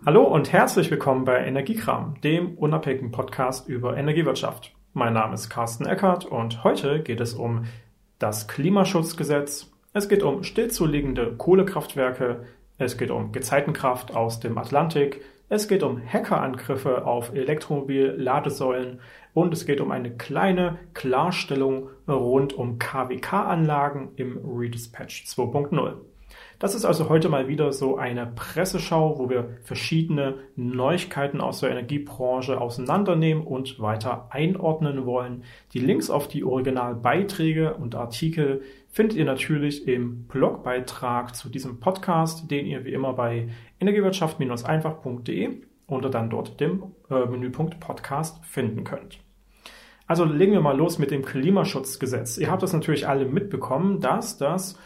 Hallo und herzlich willkommen bei Energiekram, dem unabhängigen Podcast über Energiewirtschaft. Mein Name ist Carsten Eckert und heute geht es um das Klimaschutzgesetz, es geht um stillzulegende Kohlekraftwerke, es geht um Gezeitenkraft aus dem Atlantik, es geht um Hackerangriffe auf Elektromobil-Ladesäulen und es geht um eine kleine Klarstellung rund um KWK-Anlagen im Redispatch 2.0. Das ist also heute mal wieder so eine Presseschau, wo wir verschiedene Neuigkeiten aus der Energiebranche auseinandernehmen und weiter einordnen wollen. Die Links auf die Originalbeiträge und Artikel findet ihr natürlich im Blogbeitrag zu diesem Podcast, den ihr wie immer bei energiewirtschaft-einfach.de unter dann dort dem Menüpunkt Podcast finden könnt. Also legen wir mal los mit dem Klimaschutzgesetz. Ihr habt das natürlich alle mitbekommen, dass das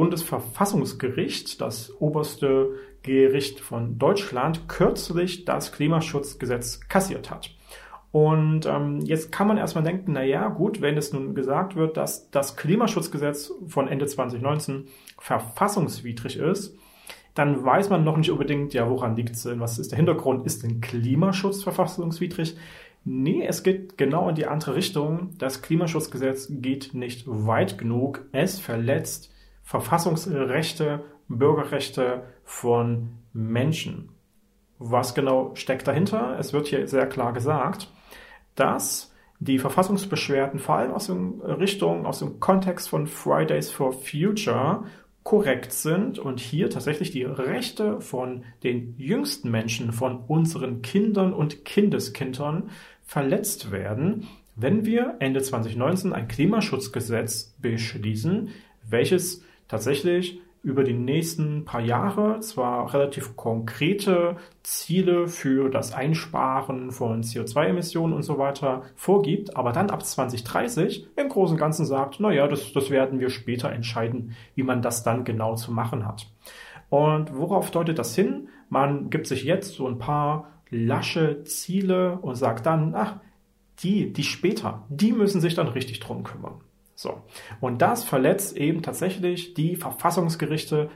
Bundesverfassungsgericht, das oberste Gericht von Deutschland, kürzlich das Klimaschutzgesetz kassiert hat. Und jetzt kann man erstmal denken, naja gut, wenn es nun gesagt wird, dass das Klimaschutzgesetz von Ende 2019 verfassungswidrig ist, dann weiß man noch nicht unbedingt, ja, woran liegt es denn? Was ist der Hintergrund? Ist denn Klimaschutz verfassungswidrig? Nee, es geht genau in die andere Richtung. Das Klimaschutzgesetz geht nicht weit genug. Es verletzt Verfassungsrechte, Bürgerrechte von Menschen. Was genau steckt dahinter? Es wird hier sehr klar gesagt, dass die Verfassungsbeschwerden vor allem aus dem Kontext von Fridays for Future korrekt sind und hier tatsächlich die Rechte von den jüngsten Menschen, von unseren Kindern und Kindeskindern verletzt werden, wenn wir Ende 2019 ein Klimaschutzgesetz beschließen, welches tatsächlich über die nächsten paar Jahre zwar relativ konkrete Ziele für das Einsparen von CO2-Emissionen und so weiter vorgibt, aber dann ab 2030 im Großen und Ganzen sagt, naja, das werden wir später entscheiden, wie man das dann genau zu machen hat. Und worauf deutet das hin? Man gibt sich jetzt so ein paar lasche Ziele und sagt dann, die später, die müssen sich dann richtig drum kümmern. So. Und das verletzt eben tatsächlich die Verfassungsrechte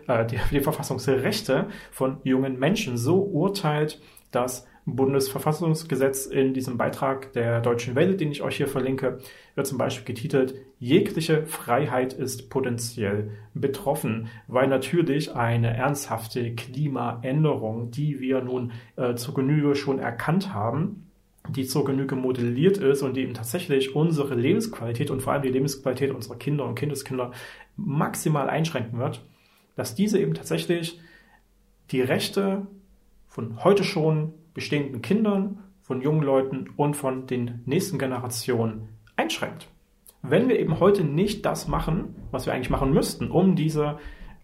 von jungen Menschen. So urteilt das Bundesverfassungsgesetz in diesem Beitrag der Deutschen Welle, den ich euch hier verlinke, wird zum Beispiel getitelt, jegliche Freiheit ist potenziell betroffen, weil natürlich eine ernsthafte Klimaänderung, die wir nun zur Genüge schon erkannt haben, die zur Genüge modelliert ist und die eben tatsächlich unsere Lebensqualität und vor allem die Lebensqualität unserer Kinder und Kindeskinder maximal einschränken wird, dass diese eben tatsächlich die Rechte von heute schon bestehenden Kindern, von jungen Leuten und von den nächsten Generationen einschränkt. Wenn wir eben heute nicht das machen, was wir eigentlich machen müssten, um diese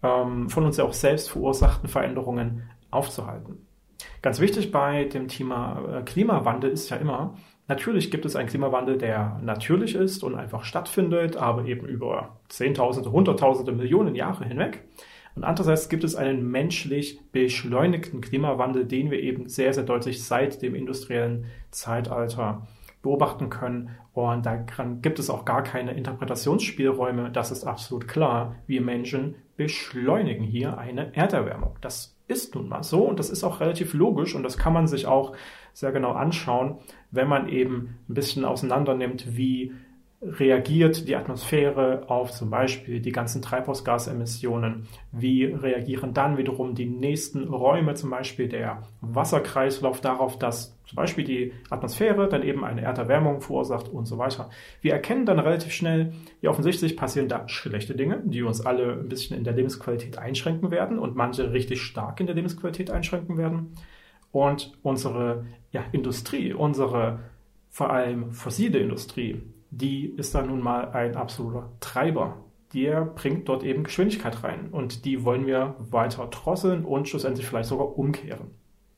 von uns ja auch selbst verursachten Veränderungen aufzuhalten. Ganz wichtig bei dem Thema Klimawandel ist ja immer, natürlich gibt es einen Klimawandel, der natürlich ist und einfach stattfindet, aber eben über Zehntausende, Hunderttausende, Millionen Jahre hinweg. Und andererseits gibt es einen menschlich beschleunigten Klimawandel, den wir eben sehr, sehr deutlich seit dem industriellen Zeitalter beobachten können. Und da gibt es auch gar keine Interpretationsspielräume. Das ist absolut klar. Wir Menschen beschleunigen hier eine Erderwärmung. Das ist nun mal so und das ist auch relativ logisch und das kann man sich auch sehr genau anschauen, wenn man eben ein bisschen auseinander nimmt, wie reagiert die Atmosphäre auf zum Beispiel die ganzen Treibhausgasemissionen, wie reagieren dann wiederum die nächsten Räume, zum Beispiel der Wasserkreislauf darauf, dass zum Beispiel die Atmosphäre dann eben eine Erderwärmung verursacht und so weiter. Wir erkennen dann relativ schnell, ja offensichtlich passieren da schlechte Dinge, die uns alle ein bisschen in der Lebensqualität einschränken werden und manche richtig stark in der Lebensqualität einschränken werden. Und unsere Industrie, unsere vor allem fossile Industrie, die ist dann nun mal ein absoluter Treiber. Der bringt dort eben Geschwindigkeit rein und die wollen wir weiter drosseln und schlussendlich vielleicht sogar umkehren.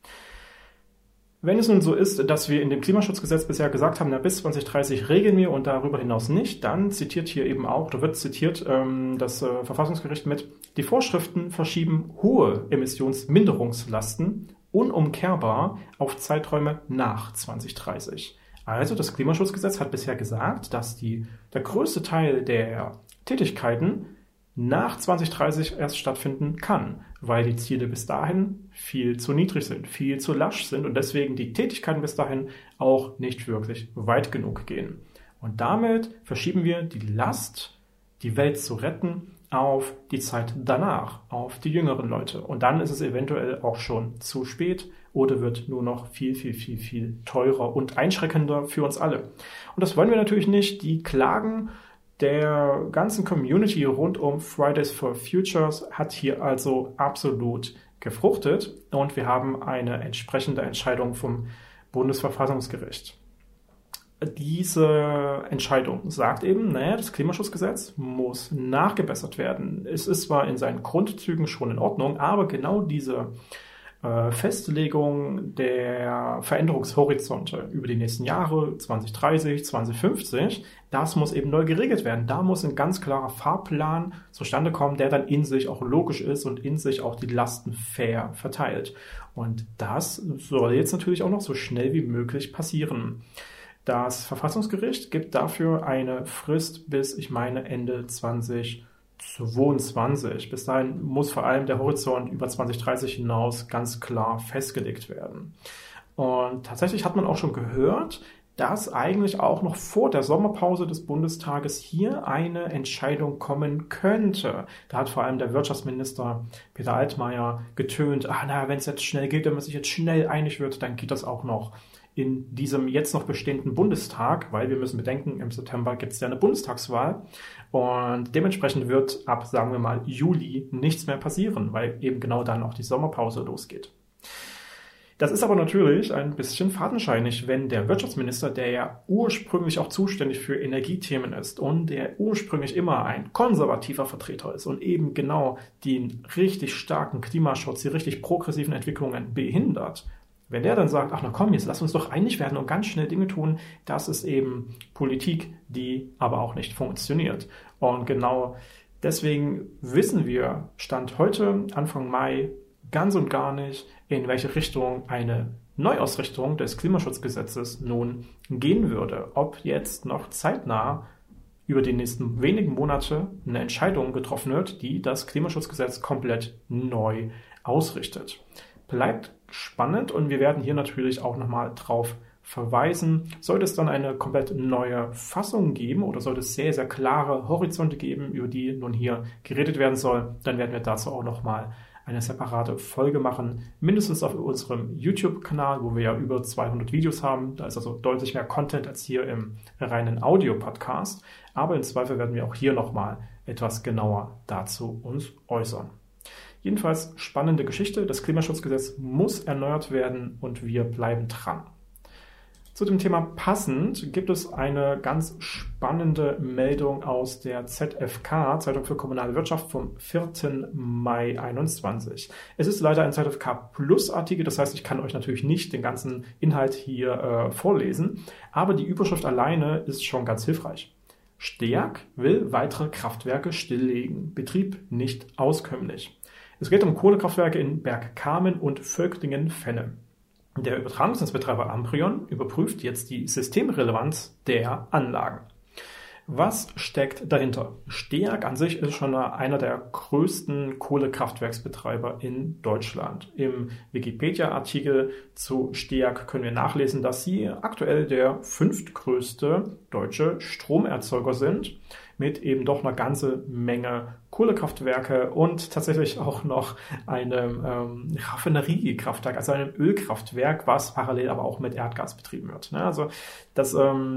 Wenn es nun so ist, dass wir in dem Klimaschutzgesetz bisher gesagt haben, bis 2030 regeln wir und darüber hinaus nicht, dann zitiert hier eben auch, oder wird zitiert das Verfassungsgericht mit, die Vorschriften verschieben hohe Emissionsminderungslasten unumkehrbar auf Zeiträume nach 2030. Also das Klimaschutzgesetz hat bisher gesagt, dass der größte Teil der Tätigkeiten nach 2030 erst stattfinden kann, weil die Ziele bis dahin viel zu niedrig sind, viel zu lasch sind und deswegen die Tätigkeiten bis dahin auch nicht wirklich weit genug gehen. Und damit verschieben wir die Last, die Welt zu retten, auf die Zeit danach, auf die jüngeren Leute. Und dann ist es eventuell auch schon zu spät oder wird nur noch viel, viel, viel, viel teurer und einschränkender für uns alle. Und das wollen wir natürlich nicht. Die Klagen der ganzen Community rund um Fridays for Futures hat hier also absolut gefruchtet und wir haben eine entsprechende Entscheidung vom Bundesverfassungsgericht. Diese Entscheidung sagt eben, das Klimaschutzgesetz muss nachgebessert werden. Es ist zwar in seinen Grundzügen schon in Ordnung, aber genau diese Festlegung der Veränderungshorizonte über die nächsten Jahre, 2030, 2050, das muss eben neu geregelt werden. Da muss ein ganz klarer Fahrplan zustande kommen, der dann in sich auch logisch ist und in sich auch die Lasten fair verteilt. Und das soll jetzt natürlich auch noch so schnell wie möglich passieren. Das Verfassungsgericht gibt dafür eine Frist bis, Ende 2022. Bis dahin muss vor allem der Horizont über 2030 hinaus ganz klar festgelegt werden. Und tatsächlich hat man auch schon gehört, dass eigentlich auch noch vor der Sommerpause des Bundestages hier eine Entscheidung kommen könnte. Da hat vor allem der Wirtschaftsminister Peter Altmaier getönt, wenn es jetzt schnell geht, wenn man sich jetzt schnell einig wird, dann geht das auch noch in diesem jetzt noch bestehenden Bundestag, weil wir müssen bedenken, im September gibt es ja eine Bundestagswahl und dementsprechend wird ab, sagen wir mal, Juli nichts mehr passieren, weil eben genau dann auch die Sommerpause losgeht. Das ist aber natürlich ein bisschen fadenscheinig, wenn der Wirtschaftsminister, der ja ursprünglich auch zuständig für Energiethemen ist und der ursprünglich immer ein konservativer Vertreter ist und eben genau den richtig starken Klimaschutz, die richtig progressiven Entwicklungen behindert, wenn der dann sagt, jetzt lass uns doch einig werden und ganz schnell Dinge tun, das ist eben Politik, die aber auch nicht funktioniert. Und genau deswegen wissen wir, Stand heute, Anfang Mai, ganz und gar nicht, in welche Richtung eine Neuausrichtung des Klimaschutzgesetzes nun gehen würde. Ob jetzt noch zeitnah über die nächsten wenigen Monate eine Entscheidung getroffen wird, die das Klimaschutzgesetz komplett neu ausrichtet. Bleibt spannend und wir werden hier natürlich auch nochmal drauf verweisen. Sollte es dann eine komplett neue Fassung geben oder sollte es sehr, sehr klare Horizonte geben, über die nun hier geredet werden soll, dann werden wir dazu auch nochmal eine separate Folge machen, mindestens auf unserem YouTube-Kanal, wo wir ja über 200 Videos haben. Da ist also deutlich mehr Content als hier im reinen Audio-Podcast. Aber im Zweifel werden wir auch hier nochmal etwas genauer dazu uns äußern. Jedenfalls spannende Geschichte. Das Klimaschutzgesetz muss erneuert werden und wir bleiben dran. Zu dem Thema passend gibt es eine ganz spannende Meldung aus der ZfK, Zeitung für kommunale Wirtschaft, vom 4. Mai 2021. Es ist leider ein ZfK Plus Artikel, das heißt, ich kann euch natürlich nicht den ganzen Inhalt hier vorlesen, aber die Überschrift alleine ist schon ganz hilfreich. STEAG will weitere Kraftwerke stilllegen. Betrieb nicht auskömmlich. Es geht um Kohlekraftwerke in Bergkamen und Völklingen-Fenne. Der Übertragungsnetzbetreiber Amprion überprüft jetzt die Systemrelevanz der Anlagen. Was steckt dahinter? STEAG an sich ist schon einer der größten Kohlekraftwerksbetreiber in Deutschland. Im Wikipedia-Artikel zu STEAG können wir nachlesen, dass sie aktuell der 5. größte deutsche Stromerzeuger sind, mit eben doch einer ganze Menge Kohlekraftwerke und tatsächlich auch noch einem Raffineriekraftwerk, also einem Ölkraftwerk, was parallel aber auch mit Erdgas betrieben wird. Also das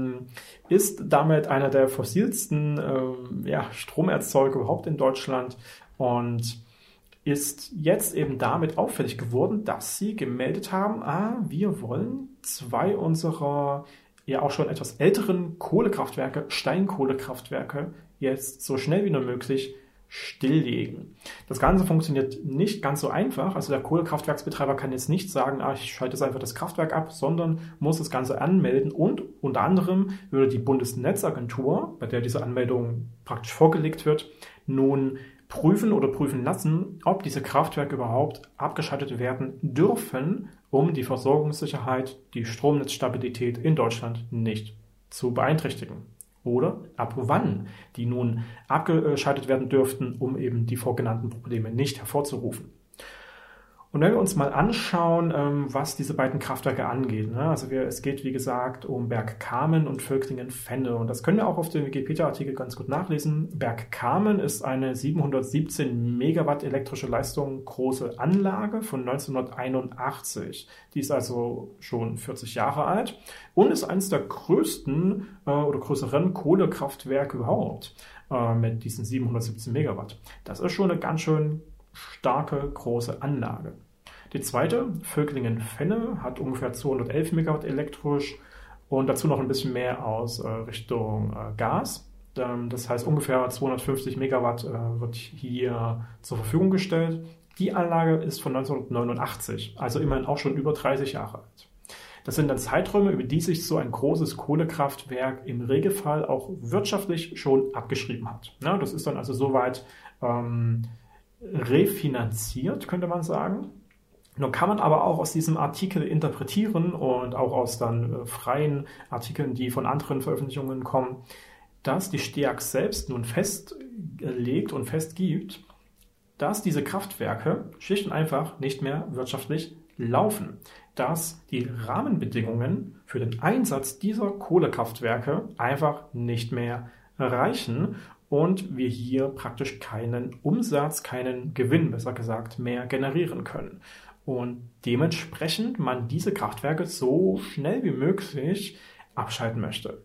ist damit einer der fossilsten Stromerzeuger überhaupt in Deutschland und ist jetzt eben damit auffällig geworden, dass sie gemeldet haben, wir wollen 2 unserer ja auch schon etwas älteren Kohlekraftwerke, Steinkohlekraftwerke, jetzt so schnell wie nur möglich stilllegen. Das Ganze funktioniert nicht ganz so einfach. Also der Kohlekraftwerksbetreiber kann jetzt nicht sagen, ich schalte jetzt einfach das Kraftwerk ab, sondern muss das Ganze anmelden und unter anderem würde die Bundesnetzagentur, bei der diese Anmeldung praktisch vorgelegt wird, nun prüfen oder prüfen lassen, ob diese Kraftwerke überhaupt abgeschaltet werden dürfen, um die Versorgungssicherheit, die Stromnetzstabilität in Deutschland nicht zu beeinträchtigen. oder ab wann die nun abgeschaltet werden dürften, um eben die vorgenannten Probleme nicht hervorzurufen. Und wenn wir uns mal anschauen, was diese beiden Kraftwerke angeht, also es geht wie gesagt um Bergkamen und Völklingen-Fenne, und das können wir auch auf dem Wikipedia-Artikel ganz gut nachlesen. Bergkamen ist eine 717 Megawatt elektrische Leistung große Anlage von 1981. Die ist also schon 40 Jahre alt und ist eines der größten oder größeren Kohlekraftwerke überhaupt mit diesen 717 Megawatt. Das ist schon eine ganz schön starke, große Anlage. Die zweite, Völklingen-Fenne, hat ungefähr 211 Megawatt elektrisch und dazu noch ein bisschen mehr aus Richtung Gas. Das heißt, ungefähr 250 Megawatt wird hier zur Verfügung gestellt. Die Anlage ist von 1989, also immerhin auch schon über 30 Jahre alt. Das sind dann Zeiträume, über die sich so ein großes Kohlekraftwerk im Regelfall auch wirtschaftlich schon abgeschrieben hat. Das ist dann also soweit refinanziert, könnte man sagen. Nun kann man aber auch aus diesem Artikel interpretieren und auch aus dann freien Artikeln, die von anderen Veröffentlichungen kommen, dass die STEAG selbst nun festlegt und festgibt, dass diese Kraftwerke schlicht und einfach nicht mehr wirtschaftlich laufen, dass die Rahmenbedingungen für den Einsatz dieser Kohlekraftwerke einfach nicht mehr reichen und wir hier praktisch keinen Umsatz, keinen Gewinn, besser gesagt, mehr generieren können. Und dementsprechend man diese Kraftwerke so schnell wie möglich abschalten möchte.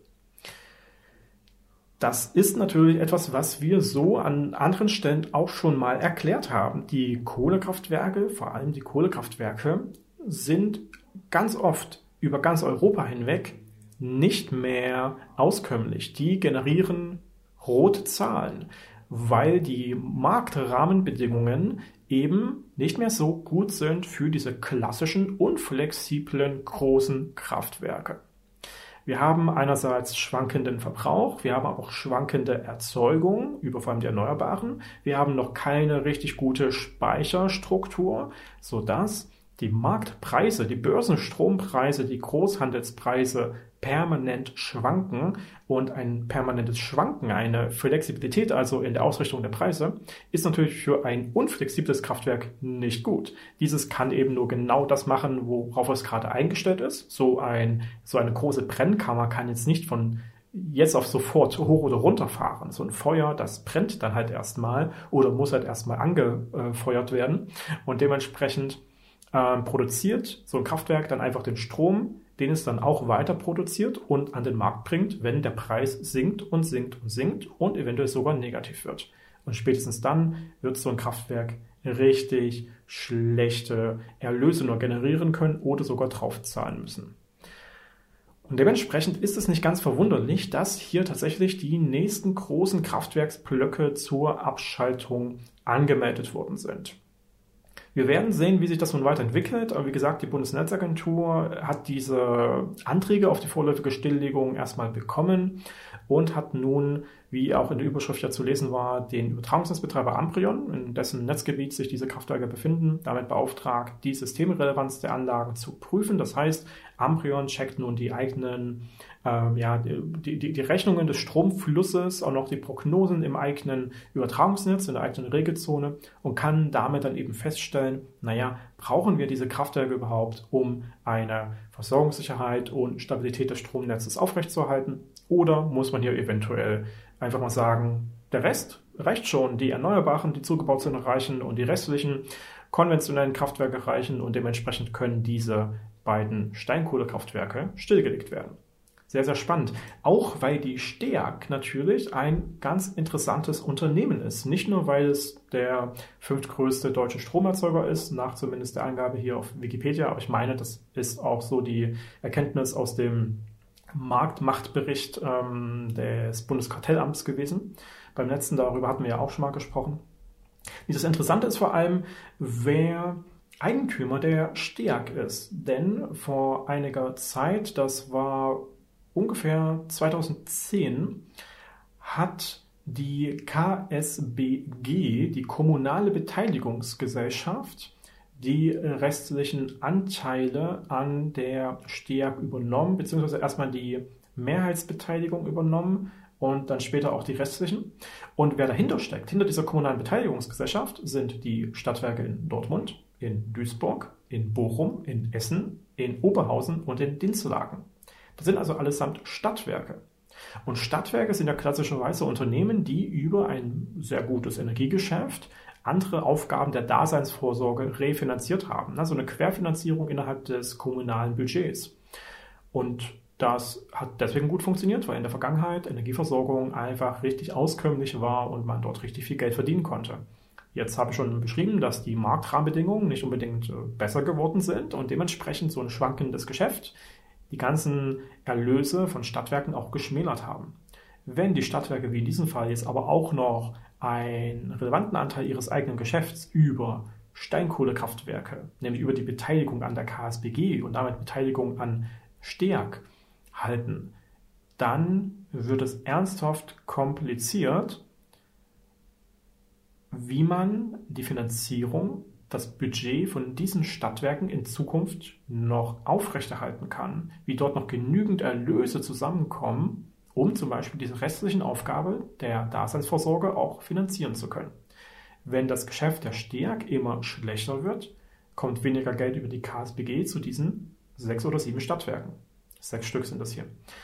Das ist natürlich etwas, was wir so an anderen Stellen auch schon mal erklärt haben. Die Kohlekraftwerke, vor allem die Kohlekraftwerke, sind ganz oft über ganz Europa hinweg nicht mehr auskömmlich. Die generieren rote Zahlen, weil die Marktrahmenbedingungen eben nicht mehr so gut sind für diese klassischen, unflexiblen, großen Kraftwerke. Wir haben einerseits schwankenden Verbrauch, wir haben aber auch schwankende Erzeugung, über vor allem die Erneuerbaren. Wir haben noch keine richtig gute Speicherstruktur, sodass die Marktpreise, die Börsenstrompreise, die Großhandelspreise permanent schwanken und ein permanentes Schwanken, eine Flexibilität also in der Ausrichtung der Preise, ist natürlich für ein unflexibles Kraftwerk nicht gut. Dieses kann eben nur genau das machen, worauf es gerade eingestellt ist. So eine große Brennkammer kann jetzt nicht von jetzt auf sofort hoch oder runter fahren. So ein Feuer, das brennt dann halt erstmal oder muss halt erstmal angefeuert werden und dementsprechend produziert so ein Kraftwerk dann einfach den Strom, den es dann auch weiter produziert und an den Markt bringt, wenn der Preis sinkt und sinkt und sinkt und eventuell sogar negativ wird. Und spätestens dann wird so ein Kraftwerk richtig schlechte Erlöse nur generieren können oder sogar draufzahlen müssen. Und dementsprechend ist es nicht ganz verwunderlich, dass hier tatsächlich die nächsten großen Kraftwerksblöcke zur Abschaltung angemeldet worden sind. Wir werden sehen, wie sich das nun weiterentwickelt. Aber wie gesagt, die Bundesnetzagentur hat diese Anträge auf die vorläufige Stilllegung erstmal bekommen und hat nun, wie auch in der Überschrift ja zu lesen war, den Übertragungsnetzbetreiber Amprion, in dessen Netzgebiet sich diese Kraftwerke befinden, damit beauftragt, die Systemrelevanz der Anlagen zu prüfen. Das heißt, Amprion checkt nun die eigenen die Rechnungen des Stromflusses, auch noch die Prognosen im eigenen Übertragungsnetz, in der eigenen Regelzone und kann damit dann eben feststellen, brauchen wir diese Kraftwerke überhaupt, um eine Versorgungssicherheit und Stabilität des Stromnetzes aufrechtzuerhalten, oder muss man hier eventuell einfach mal sagen, der Rest reicht schon, die Erneuerbaren, die zugebaut sind, reichen und die restlichen konventionellen Kraftwerke reichen und dementsprechend können diese beiden Steinkohlekraftwerke stillgelegt werden. Sehr, sehr spannend. Auch weil die STEAG natürlich ein ganz interessantes Unternehmen ist. Nicht nur, weil es der 5. größte deutsche Stromerzeuger ist, nach zumindest der Angabe hier auf Wikipedia, aber ich meine, das ist auch so die Erkenntnis aus dem Marktmachtbericht des Bundeskartellamts gewesen. Beim letzten, darüber hatten wir ja auch schon mal gesprochen. Dieses Interessante ist vor allem, wer Eigentümer der STEAG ist. Denn vor einiger Zeit, das war ungefähr 2010, hat die KSBG, die Kommunale Beteiligungsgesellschaft, die restlichen Anteile an der STEAG übernommen, beziehungsweise erstmal die Mehrheitsbeteiligung übernommen und dann später auch die restlichen. Und wer dahinter steckt, hinter dieser kommunalen Beteiligungsgesellschaft, sind die Stadtwerke in Dortmund, in Duisburg, in Bochum, in Essen, in Oberhausen und in Dinslaken. Das sind also allesamt Stadtwerke. Und Stadtwerke sind ja klassischerweise Unternehmen, die über ein sehr gutes Energiegeschäft andere Aufgaben der Daseinsvorsorge refinanziert haben. Also eine Querfinanzierung innerhalb des kommunalen Budgets. Und das hat deswegen gut funktioniert, weil in der Vergangenheit Energieversorgung einfach richtig auskömmlich war und man dort richtig viel Geld verdienen konnte. Jetzt habe ich schon beschrieben, dass die Marktrahmenbedingungen nicht unbedingt besser geworden sind und dementsprechend so ein schwankendes Geschäft die ganzen Erlöse von Stadtwerken auch geschmälert haben. Wenn die Stadtwerke wie in diesem Fall jetzt aber auch noch einen relevanten Anteil ihres eigenen Geschäfts über Steinkohlekraftwerke, nämlich über die Beteiligung an der KSBG und damit Beteiligung an STEAG halten, dann wird es ernsthaft kompliziert, wie man die Finanzierung, das Budget von diesen Stadtwerken in Zukunft noch aufrechterhalten kann, wie dort noch genügend Erlöse zusammenkommen, um zum Beispiel diese restlichen Aufgabe der Daseinsvorsorge auch finanzieren zu können. Wenn das Geschäft der STEAG immer schlechter wird, kommt weniger Geld über die KSBG zu diesen 6 oder 7 Stadtwerken. 6 Stück sind das hier.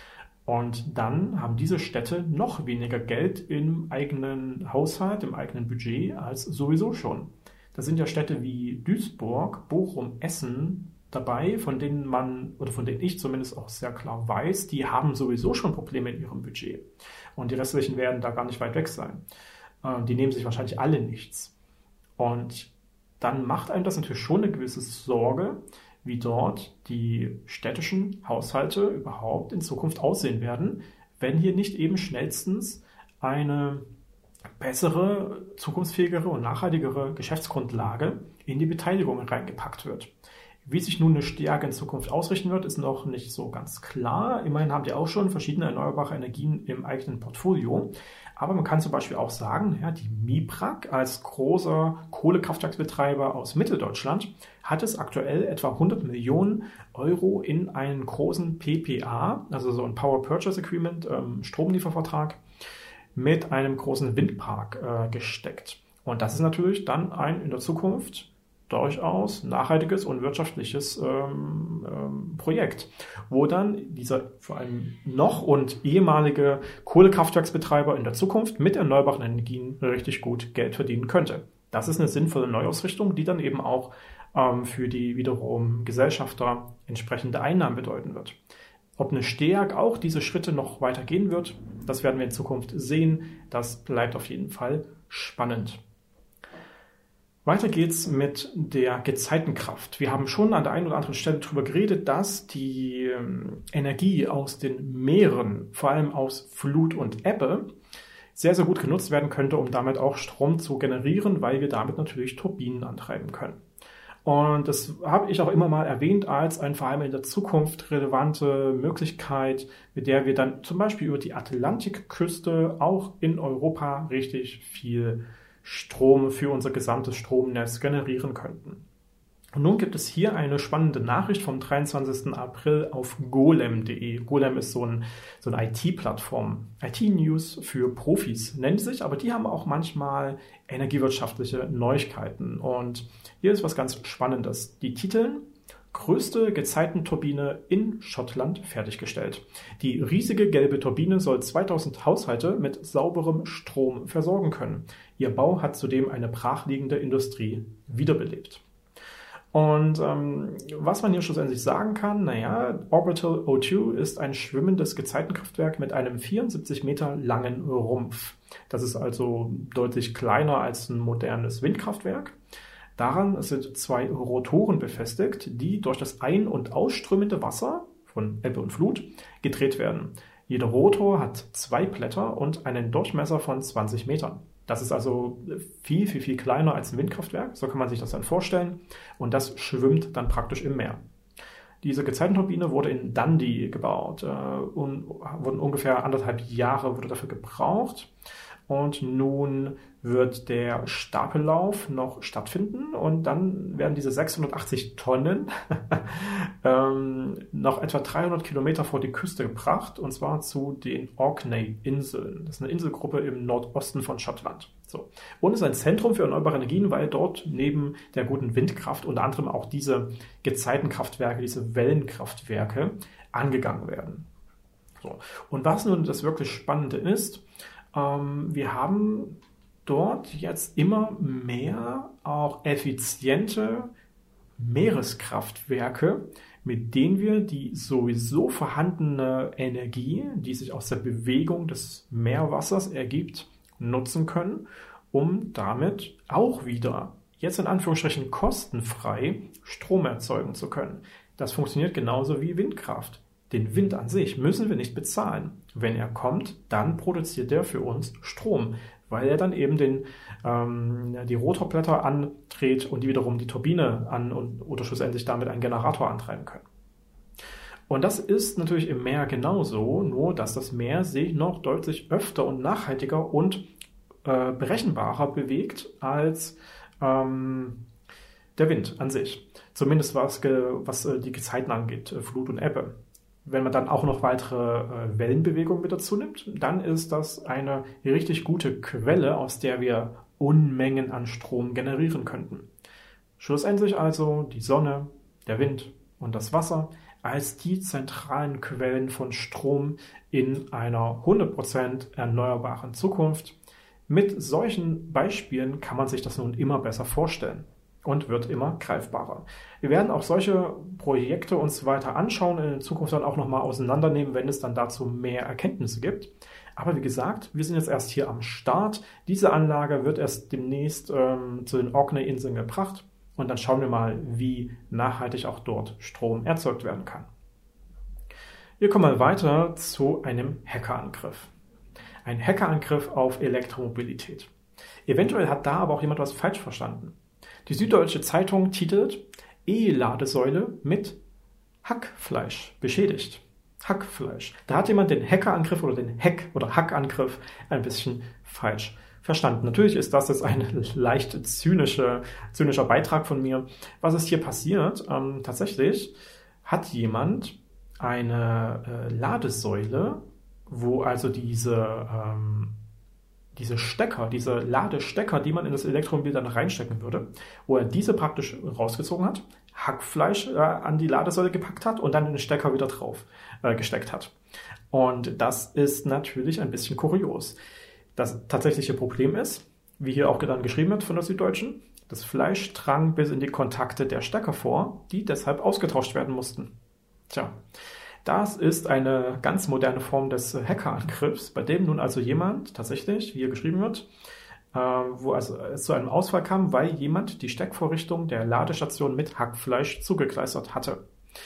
Und dann haben diese Städte noch weniger Geld im eigenen Haushalt, im eigenen Budget als sowieso schon. Da sind ja Städte wie Duisburg, Bochum, Essen dabei, von denen ich zumindest auch sehr klar weiß, die haben sowieso schon Probleme in ihrem Budget. Und die restlichen werden da gar nicht weit weg sein. Die nehmen sich wahrscheinlich alle nichts. Und dann macht einem das natürlich schon eine gewisse Sorge, wie dort die städtischen Haushalte überhaupt in Zukunft aussehen werden, wenn hier nicht eben schnellstens eine bessere, zukunftsfähigere und nachhaltigere Geschäftsgrundlage in die Beteiligung reingepackt wird. Wie sich nun eine STEAG in Zukunft ausrichten wird, ist noch nicht so ganz klar. Immerhin haben die auch schon verschiedene erneuerbare Energien im eigenen Portfolio. Aber man kann zum Beispiel auch sagen, ja, die MIPRAG als großer Kohlekraftwerksbetreiber aus Mitteldeutschland hat es aktuell etwa 100 Millionen Euro in einen großen PPA, also so ein Power Purchase Agreement, Stromliefervertrag, mit einem großen Windpark gesteckt. Und das ist natürlich dann ein in der Zukunft durchaus nachhaltiges und wirtschaftliches Projekt, wo dann dieser vor allem noch und ehemalige Kohlekraftwerksbetreiber in der Zukunft mit erneuerbaren Energien richtig gut Geld verdienen könnte. Das ist eine sinnvolle Neuausrichtung, die dann eben auch für die wiederum Gesellschafter entsprechende Einnahmen bedeuten wird. Ob eine STEAG auch diese Schritte noch weiter gehen wird, das werden wir in Zukunft sehen. Das bleibt auf jeden Fall spannend. Weiter geht's mit der Gezeitenkraft. Wir haben schon an der einen oder anderen Stelle darüber geredet, dass die Energie aus den Meeren, vor allem aus Flut und Ebbe, sehr, sehr gut genutzt werden könnte, um damit auch Strom zu generieren, weil wir damit natürlich Turbinen antreiben können. Und das habe ich auch immer mal erwähnt als ein vor allem in der Zukunft relevante Möglichkeit, mit der wir dann zum Beispiel über die Atlantikküste auch in Europa richtig viel Strom für unser gesamtes Stromnetz generieren könnten. Und nun gibt es hier eine spannende Nachricht vom 23. April auf golem.de. Golem ist so eine IT-Plattform. IT-News für Profis nennt sich, aber die haben auch manchmal energiewirtschaftliche Neuigkeiten. Und hier ist was ganz Spannendes. Die titeln: größte Gezeitenturbine in Schottland fertiggestellt. Die riesige gelbe Turbine soll 2000 Haushalte mit sauberem Strom versorgen können. Ihr Bau hat zudem eine brachliegende Industrie wiederbelebt. Und was man hier schlussendlich sagen kann, naja, Orbital O2 ist ein schwimmendes Gezeitenkraftwerk mit einem 74 Meter langen Rumpf. Das ist also deutlich kleiner als ein modernes Windkraftwerk. Daran sind 2 Rotoren befestigt, die durch das ein- und ausströmende Wasser von Ebbe und Flut gedreht werden. Jeder Rotor hat 2 Blätter und einen Durchmesser von 20 Metern. Das ist also viel, viel, viel kleiner als ein Windkraftwerk, so kann man sich das dann vorstellen. Und das schwimmt dann praktisch im Meer. Diese Gezeitenturbine wurde in Dundee gebaut und wurden ungefähr 1,5 Jahre wurde dafür gebraucht. Und nun wird der Stapellauf noch stattfinden und dann werden diese 680 Tonnen noch etwa 300 Kilometer vor die Küste gebracht, und zwar zu den Orkney-Inseln. Das ist eine Inselgruppe im Nordosten von Schottland. So. Und es ist ein Zentrum für erneuerbare Energien, weil dort neben der guten Windkraft unter anderem auch diese Gezeitenkraftwerke, diese Wellenkraftwerke angegangen werden. So. Und was nun das wirklich Spannende ist, wir haben dort jetzt immer mehr auch effiziente Meereskraftwerke, mit denen wir die sowieso vorhandene Energie, die sich aus der Bewegung des Meerwassers ergibt, nutzen können, um damit auch wieder, jetzt in Anführungsstrichen kostenfrei, Strom erzeugen zu können. Das funktioniert genauso wie Windkraft. Den Wind an sich müssen wir nicht bezahlen. Wenn er kommt, dann produziert er für uns Strom, weil er dann eben die Rotorblätter andreht und die wiederum die Turbine oder schlussendlich damit einen Generator antreiben können. Und das ist natürlich im Meer genauso, nur dass das Meer sich noch deutlich öfter und nachhaltiger und berechenbarer bewegt als der Wind an sich. Zumindest was die Gezeiten angeht, Flut und Ebbe. Wenn man dann auch noch weitere Wellenbewegungen mit dazu nimmt, dann ist das eine richtig gute Quelle, aus der wir Unmengen an Strom generieren könnten. Schlussendlich also die Sonne, der Wind und das Wasser als die zentralen Quellen von Strom in einer 100% erneuerbaren Zukunft. Mit solchen Beispielen kann man sich das nun immer besser vorstellen und wird immer greifbarer. Wir werden auch solche Projekte uns weiter anschauen, in Zukunft dann auch nochmal auseinandernehmen, wenn es dann dazu mehr Erkenntnisse gibt. Aber wie gesagt, wir sind jetzt erst hier am Start. Diese Anlage wird erst demnächst zu den Orkney-Inseln gebracht und dann schauen wir mal, wie nachhaltig auch dort Strom erzeugt werden kann. Wir kommen mal weiter zu einem Hackerangriff. Ein Hackerangriff auf Elektromobilität. Eventuell hat da aber auch jemand was falsch verstanden. Die Süddeutsche Zeitung titelt E-Ladesäule mit Hackfleisch beschädigt. Hackfleisch. Da hat jemand den Hackerangriff oder den Hackangriff ein bisschen falsch verstanden. Natürlich ist das jetzt ein leicht zynischer Beitrag von mir. Was ist hier passiert? Tatsächlich hat jemand eine Ladesäule, wo also diese Ladestecker, die man in das Elektromobil dann reinstecken würde, wo er diese praktisch rausgezogen hat, Hackfleisch an die Ladesäule gepackt hat und dann den Stecker wieder drauf gesteckt hat. Und das ist natürlich ein bisschen kurios. Das tatsächliche Problem ist, wie hier auch dann geschrieben wird von der Süddeutschen, das Fleisch drang bis in die Kontakte der Stecker vor, die deshalb ausgetauscht werden mussten. Tja. Das ist eine ganz moderne Form des Hackerangriffs, bei dem nun also jemand tatsächlich, wie hier geschrieben wird, wo also es zu einem Ausfall kam, weil jemand die Steckvorrichtung der Ladestation mit Hackfleisch zugekleistert hatte.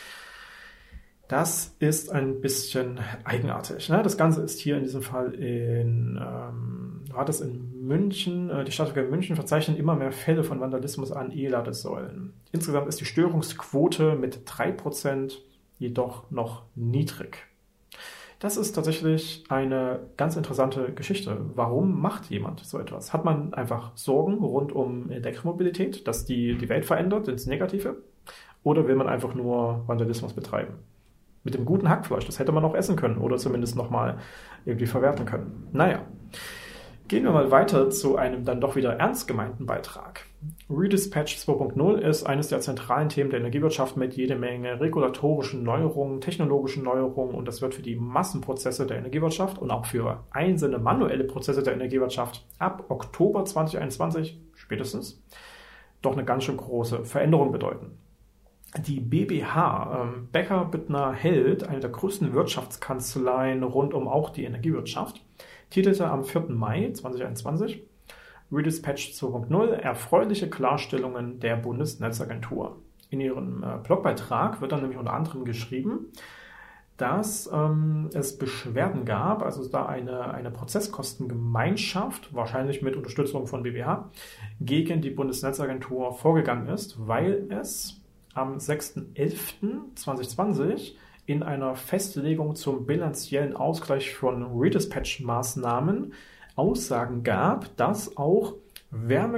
Das ist ein bisschen eigenartig. Ne? Das Ganze ist hier in diesem Fall in München. Die Stadtwerke München verzeichnen immer mehr Fälle von Vandalismus an E-Ladesäulen. Insgesamt ist die Störungsquote mit 3% jedoch noch niedrig. Das ist tatsächlich eine ganz interessante Geschichte. Warum macht jemand so etwas? Hat man einfach Sorgen rund um Elektromobilität, dass die Welt verändert ins Negative? Oder will man einfach nur Vandalismus betreiben? Mit dem guten Hackfleisch, das hätte man auch essen können oder zumindest nochmal irgendwie verwerten können. Naja, gehen wir mal weiter zu einem dann doch wieder ernst gemeinten Beitrag. Redispatch 2.0 ist eines der zentralen Themen der Energiewirtschaft mit jede Menge regulatorischen Neuerungen, technologischen Neuerungen, und das wird für die Massenprozesse der Energiewirtschaft und auch für einzelne manuelle Prozesse der Energiewirtschaft ab Oktober 2021 spätestens doch eine ganz schön große Veränderung bedeuten. Die BBH, Becker Büttner Held, eine der größten Wirtschaftskanzleien rund um auch die Energiewirtschaft, titelte am 4. Mai 2021 Redispatch 2.0 erfreuliche Klarstellungen der Bundesnetzagentur. In ihrem Blogbeitrag wird dann nämlich unter anderem geschrieben, dass es Beschwerden gab, also da eine Prozesskostengemeinschaft, wahrscheinlich mit Unterstützung von BBH, gegen die Bundesnetzagentur vorgegangen ist, weil es am 6.11.2020 in einer Festlegung zum bilanziellen Ausgleich von Redispatch-Maßnahmen Aussagen gab, dass auch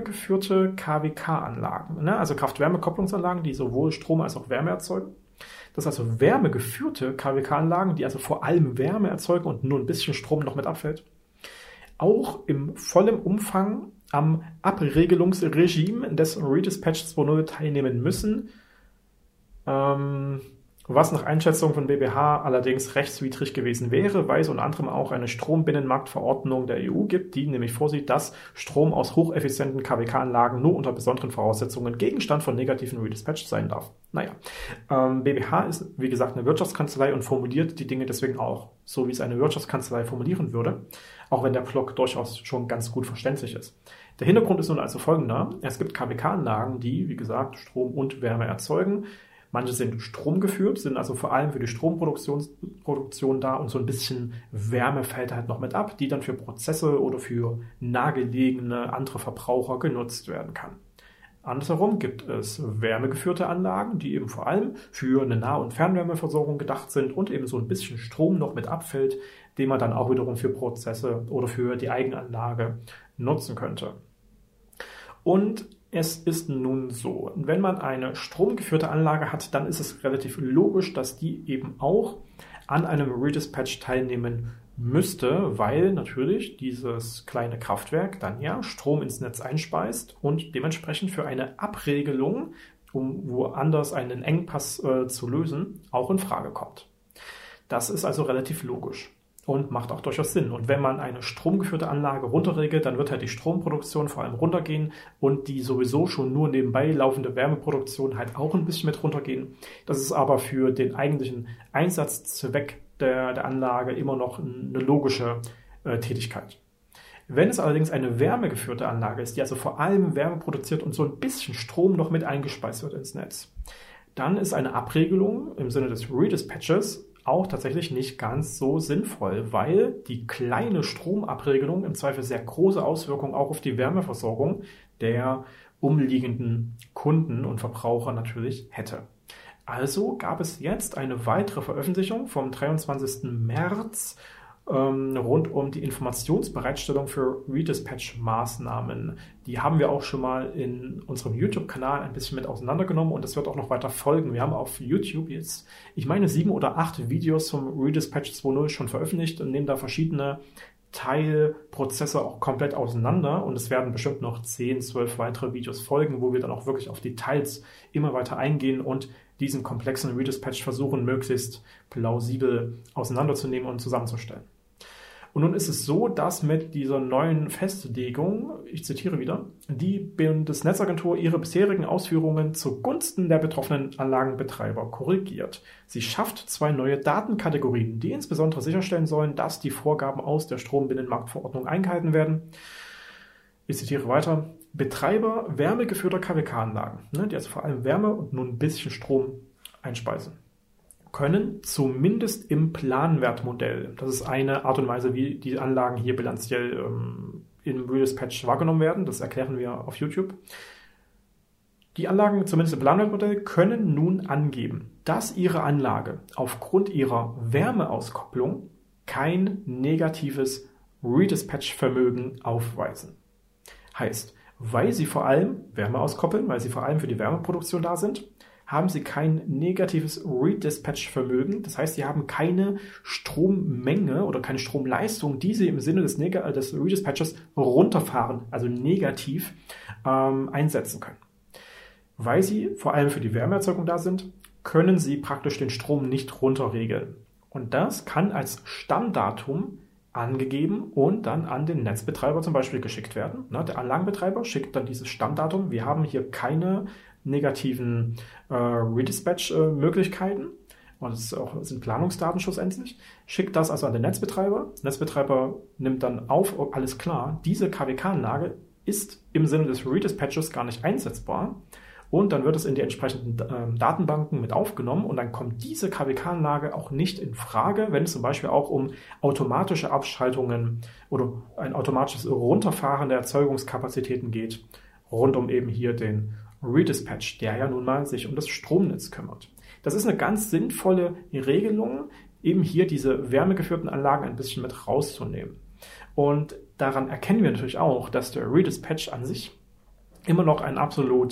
wärmegeführte KWK-Anlagen, also Kraft-Wärme-Kopplungsanlagen, die sowohl Strom als auch Wärme erzeugen, dass also wärmegeführte KWK-Anlagen, die also vor allem Wärme erzeugen und nur ein bisschen Strom noch mit abfällt, auch im vollen Umfang am Abregelungsregime des Redispatch 2.0 teilnehmen müssen, was nach Einschätzung von BBH allerdings rechtswidrig gewesen wäre, weil es unter anderem auch eine Strombinnenmarktverordnung der EU gibt, die nämlich vorsieht, dass Strom aus hocheffizienten KWK-Anlagen nur unter besonderen Voraussetzungen Gegenstand von negativen Redispatch sein darf. Naja, BBH ist, wie gesagt, eine Wirtschaftskanzlei und formuliert die Dinge deswegen auch so, wie es eine Wirtschaftskanzlei formulieren würde, auch wenn der Block durchaus schon ganz gut verständlich ist. Der Hintergrund ist nun also folgender. Es gibt KWK-Anlagen, die, wie gesagt, Strom und Wärme erzeugen. Manche sind stromgeführt, sind also vor allem für die Stromproduktion da und so ein bisschen Wärme fällt halt noch mit ab, die dann für Prozesse oder für nahegelegene andere Verbraucher genutzt werden kann. Andersherum gibt es wärmegeführte Anlagen, die eben vor allem für eine Nah- und Fernwärmeversorgung gedacht sind und eben so ein bisschen Strom noch mit abfällt, den man dann auch wiederum für Prozesse oder für die Eigenanlage nutzen könnte. Und es ist nun so, wenn man eine stromgeführte Anlage hat, dann ist es relativ logisch, dass die eben auch an einem Redispatch teilnehmen müsste, weil natürlich dieses kleine Kraftwerk dann ja Strom ins Netz einspeist und dementsprechend für eine Abregelung, um woanders einen Engpass zu lösen, auch in Frage kommt. Das ist also relativ logisch. Und macht auch durchaus Sinn. Und wenn man eine stromgeführte Anlage runterregelt, dann wird halt die Stromproduktion vor allem runtergehen und die sowieso schon nur nebenbei laufende Wärmeproduktion halt auch ein bisschen mit runtergehen. Das ist aber für den eigentlichen Einsatzzweck der Anlage immer noch eine logische Tätigkeit. Wenn es allerdings eine wärmegeführte Anlage ist, die also vor allem Wärme produziert und so ein bisschen Strom noch mit eingespeist wird ins Netz, dann ist eine Abregelung im Sinne des Redispatches auch tatsächlich nicht ganz so sinnvoll, weil die kleine Stromabregelung im Zweifel sehr große Auswirkungen auch auf die Wärmeversorgung der umliegenden Kunden und Verbraucher natürlich hätte. Also gab es jetzt eine weitere Veröffentlichung vom 23. März rund um die Informationsbereitstellung für Redispatch-Maßnahmen. Die haben wir auch schon mal in unserem YouTube-Kanal ein bisschen mit auseinandergenommen und es wird auch noch weiter folgen. Wir haben auf YouTube jetzt, ich meine, 7 oder 8 Videos zum Redispatch 2.0 schon veröffentlicht und nehmen da verschiedene Teilprozesse auch komplett auseinander und es werden bestimmt noch 10, 12 weitere Videos folgen, wo wir dann auch wirklich auf Details immer weiter eingehen und diesen komplexen Redispatch versuchen, möglichst plausibel auseinanderzunehmen und zusammenzustellen. Und nun ist es so, dass mit dieser neuen Festlegung, ich zitiere wieder, die Bundesnetzagentur ihre bisherigen Ausführungen zugunsten der betroffenen Anlagenbetreiber korrigiert. Sie schafft 2 neue Datenkategorien, die insbesondere sicherstellen sollen, dass die Vorgaben aus der Strombinnenmarktverordnung eingehalten werden. Ich zitiere weiter. Betreiber wärmegeführter KWK-Anlagen, die also vor allem Wärme und nur ein bisschen Strom einspeisen, können zumindest im Planwertmodell, das ist eine Art und Weise, wie die Anlagen hier bilanziell im Redispatch wahrgenommen werden, das erklären wir auf YouTube. Die Anlagen, zumindest im Planwertmodell, können nun angeben, dass ihre Anlage aufgrund ihrer Wärmeauskopplung kein negatives Redispatch-Vermögen aufweisen. Heißt, weil sie vor allem Wärme auskoppeln, weil sie vor allem für die Wärmeproduktion da sind, haben sie kein negatives Redispatch-Vermögen. Das heißt, sie haben keine Strommenge oder keine Stromleistung, die sie im Sinne des Redispatches runterfahren, also negativ einsetzen können. Weil sie vor allem für die Wärmeerzeugung da sind, können sie praktisch den Strom nicht runterregeln. Und das kann als Stammdatum angegeben und dann an den Netzbetreiber zum Beispiel geschickt werden. Der Anlagenbetreiber schickt dann dieses Stammdatum. Wir haben hier keine negativen Redispatch-Möglichkeiten und es sind Planungsdaten schlussendlich. Schickt das also an den Netzbetreiber. Der Netzbetreiber nimmt dann auf, alles klar, diese KWK-Anlage ist im Sinne des Redispatches gar nicht einsetzbar. Und dann wird es in die entsprechenden Datenbanken mit aufgenommen und dann kommt diese KWK-Anlage auch nicht in Frage, wenn es zum Beispiel auch um automatische Abschaltungen oder ein automatisches Runterfahren der Erzeugungskapazitäten geht, rund um eben hier den Redispatch, der ja nun mal sich um das Stromnetz kümmert. Das ist eine ganz sinnvolle Regelung, eben hier diese wärmegeführten Anlagen ein bisschen mit rauszunehmen. Und daran erkennen wir natürlich auch, dass der Redispatch an sich immer noch ein absolut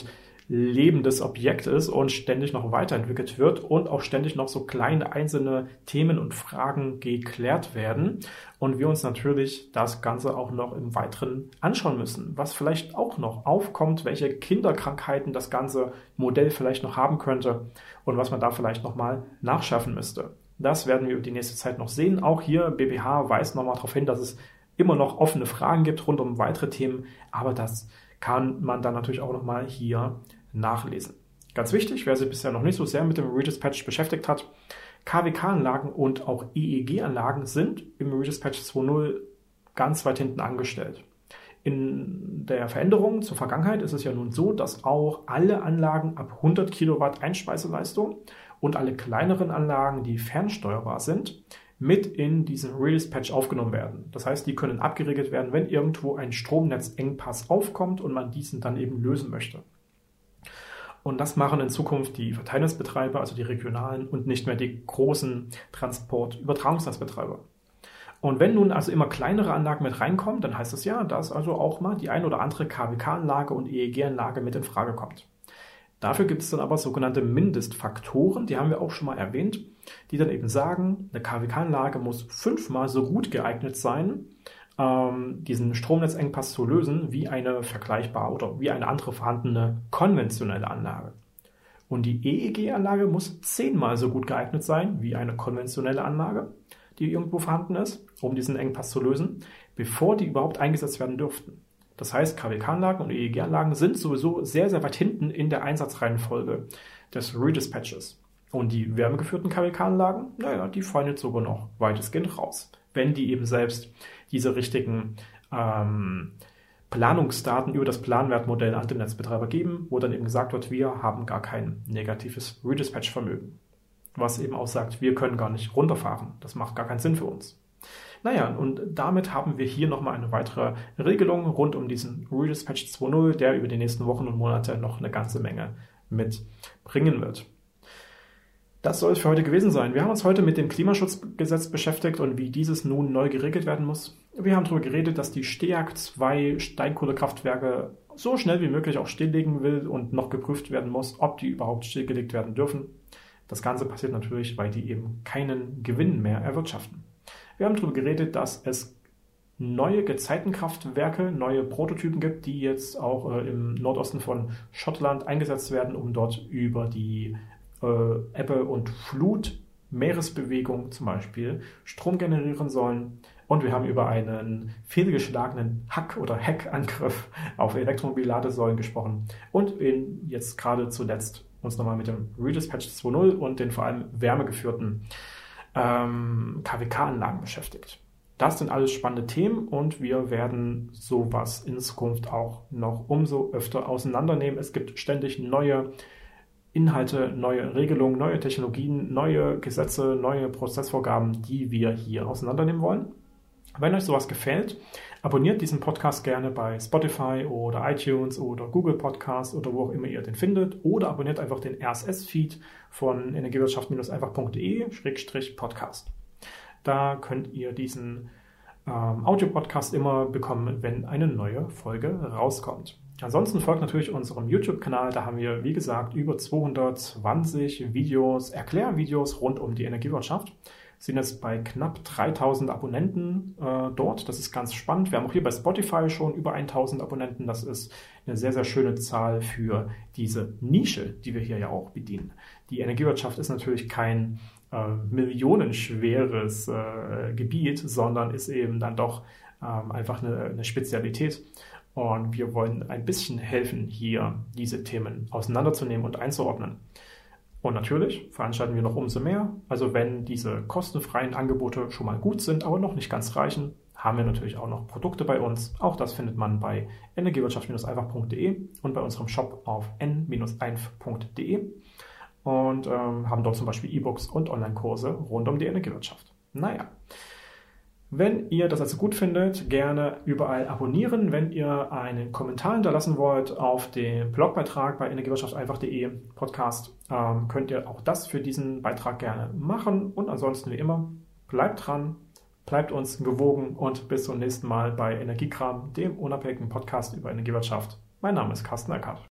lebendes Objekt ist und ständig noch weiterentwickelt wird und auch ständig noch so kleine einzelne Themen und Fragen geklärt werden und wir uns natürlich das Ganze auch noch im Weiteren anschauen müssen, was vielleicht auch noch aufkommt, welche Kinderkrankheiten das ganze Modell vielleicht noch haben könnte und was man da vielleicht nochmal nachschärfen müsste. Das werden wir über die nächste Zeit noch sehen. Auch hier BPH weist nochmal darauf hin, dass es immer noch offene Fragen gibt rund um weitere Themen, aber das kann man dann natürlich auch nochmal hier nachlesen. Ganz wichtig, wer sich bisher noch nicht so sehr mit dem Redispatch beschäftigt hat, KWK-Anlagen und auch EEG-Anlagen sind im Redispatch 2.0 ganz weit hinten angestellt. In der Veränderung zur Vergangenheit ist es ja nun so, dass auch alle Anlagen ab 100 Kilowatt Einspeiseleistung und alle kleineren Anlagen, die fernsteuerbar sind, mit in diesen Redispatch aufgenommen werden. Das heißt, die können abgeregelt werden, wenn irgendwo ein Stromnetzengpass aufkommt und man diesen dann eben lösen möchte. Und das machen in Zukunft die Verteilnetzbetreiber, also die regionalen und nicht mehr die großen Übertragungsnetzbetreiber. Und wenn nun also immer kleinere Anlagen mit reinkommen, dann heißt es ja, dass also auch mal die ein oder andere KWK-Anlage und EEG-Anlage mit in Frage kommt. Dafür gibt es dann aber sogenannte Mindestfaktoren, die haben wir auch schon mal erwähnt, die dann eben sagen, eine KWK-Anlage muss 5-mal so gut geeignet sein, diesen Stromnetzengpass zu lösen, wie eine vergleichbare oder wie eine andere vorhandene konventionelle Anlage. Und die EEG-Anlage muss 10-mal so gut geeignet sein, wie eine konventionelle Anlage, die irgendwo vorhanden ist, um diesen Engpass zu lösen, bevor die überhaupt eingesetzt werden dürften. Das heißt, KWK-Anlagen und EEG-Anlagen sind sowieso sehr, sehr weit hinten in der Einsatzreihenfolge des Redispatches. Und die wärmegeführten KWK-Anlagen, naja, die fallen jetzt sogar noch weitestgehend raus, wenn die eben selbst diese richtigen Planungsdaten über das Planwertmodell an den Netzbetreiber geben, wo dann eben gesagt wird, wir haben gar kein negatives Redispatch-Vermögen. Was eben auch sagt, wir können gar nicht runterfahren. Das macht gar keinen Sinn für uns. Naja, und damit haben wir hier nochmal eine weitere Regelung rund um diesen Redispatch 2.0, der über die nächsten Wochen und Monate noch eine ganze Menge mitbringen wird. Das soll es für heute gewesen sein. Wir haben uns heute mit dem Klimaschutzgesetz beschäftigt und wie dieses nun neu geregelt werden muss. Wir haben darüber geredet, dass die STEAG 2 Steinkohlekraftwerke so schnell wie möglich auch stilllegen will und noch geprüft werden muss, ob die überhaupt stillgelegt werden dürfen. Das Ganze passiert natürlich, weil die eben keinen Gewinn mehr erwirtschaften. Wir haben darüber geredet, dass es neue Gezeitenkraftwerke, neue Prototypen gibt, die jetzt auch im Nordosten von Schottland eingesetzt werden, um dort über die Ebbe und Flut, Meeresbewegung zum Beispiel, Strom generieren sollen. Und wir haben über einen fehlgeschlagenen Hack- oder Hackangriff auf Elektromobil-Ladesäulen gesprochen. Und jetzt gerade zuletzt uns nochmal mit dem Redispatch 2.0 und den vor allem wärmegeführten KWK-Anlagen beschäftigt. Das sind alles spannende Themen und wir werden sowas in Zukunft auch noch umso öfter auseinandernehmen. Es gibt ständig neue Inhalte, neue Regelungen, neue Technologien, neue Gesetze, neue Prozessvorgaben, die wir hier auseinandernehmen wollen. Wenn euch sowas gefällt, abonniert diesen Podcast gerne bei Spotify oder iTunes oder Google Podcast oder wo auch immer ihr den findet oder abonniert einfach den RSS-Feed von energiewirtschaft-einfach.de/podcast. Da könnt ihr diesen Audio-Podcast immer bekommen, wenn eine neue Folge rauskommt. Ansonsten folgt natürlich unserem YouTube-Kanal, da haben wir, wie gesagt, über 220 Videos, Erklärvideos rund um die Energiewirtschaft. Sind jetzt bei knapp 3000 Abonnenten dort. Das ist ganz spannend. Wir haben auch hier bei Spotify schon über 1000 Abonnenten. Das ist eine sehr, sehr schöne Zahl für diese Nische, die wir hier ja auch bedienen. Die Energiewirtschaft ist natürlich kein millionenschweres Gebiet, sondern ist eben dann doch einfach eine Spezialität. Und wir wollen ein bisschen helfen, hier diese Themen auseinanderzunehmen und einzuordnen. Und natürlich veranstalten wir noch umso mehr. Also wenn diese kostenfreien Angebote schon mal gut sind, aber noch nicht ganz reichen, haben wir natürlich auch noch Produkte bei uns. Auch das findet man bei energiewirtschaft-einfach.de und bei unserem Shop auf n-einf.de und haben dort zum Beispiel E-Books und Online-Kurse rund um die Energiewirtschaft. Naja. Wenn ihr das also gut findet, gerne überall abonnieren. Wenn ihr einen Kommentar hinterlassen wollt auf dem Blogbeitrag bei energiewirtschaft-einfach.de Podcast, könnt ihr auch das für diesen Beitrag gerne machen. Und ansonsten wie immer, bleibt dran, bleibt uns gewogen und bis zum nächsten Mal bei Energiekram, dem unabhängigen Podcast über Energiewirtschaft. Mein Name ist Carsten Eckert.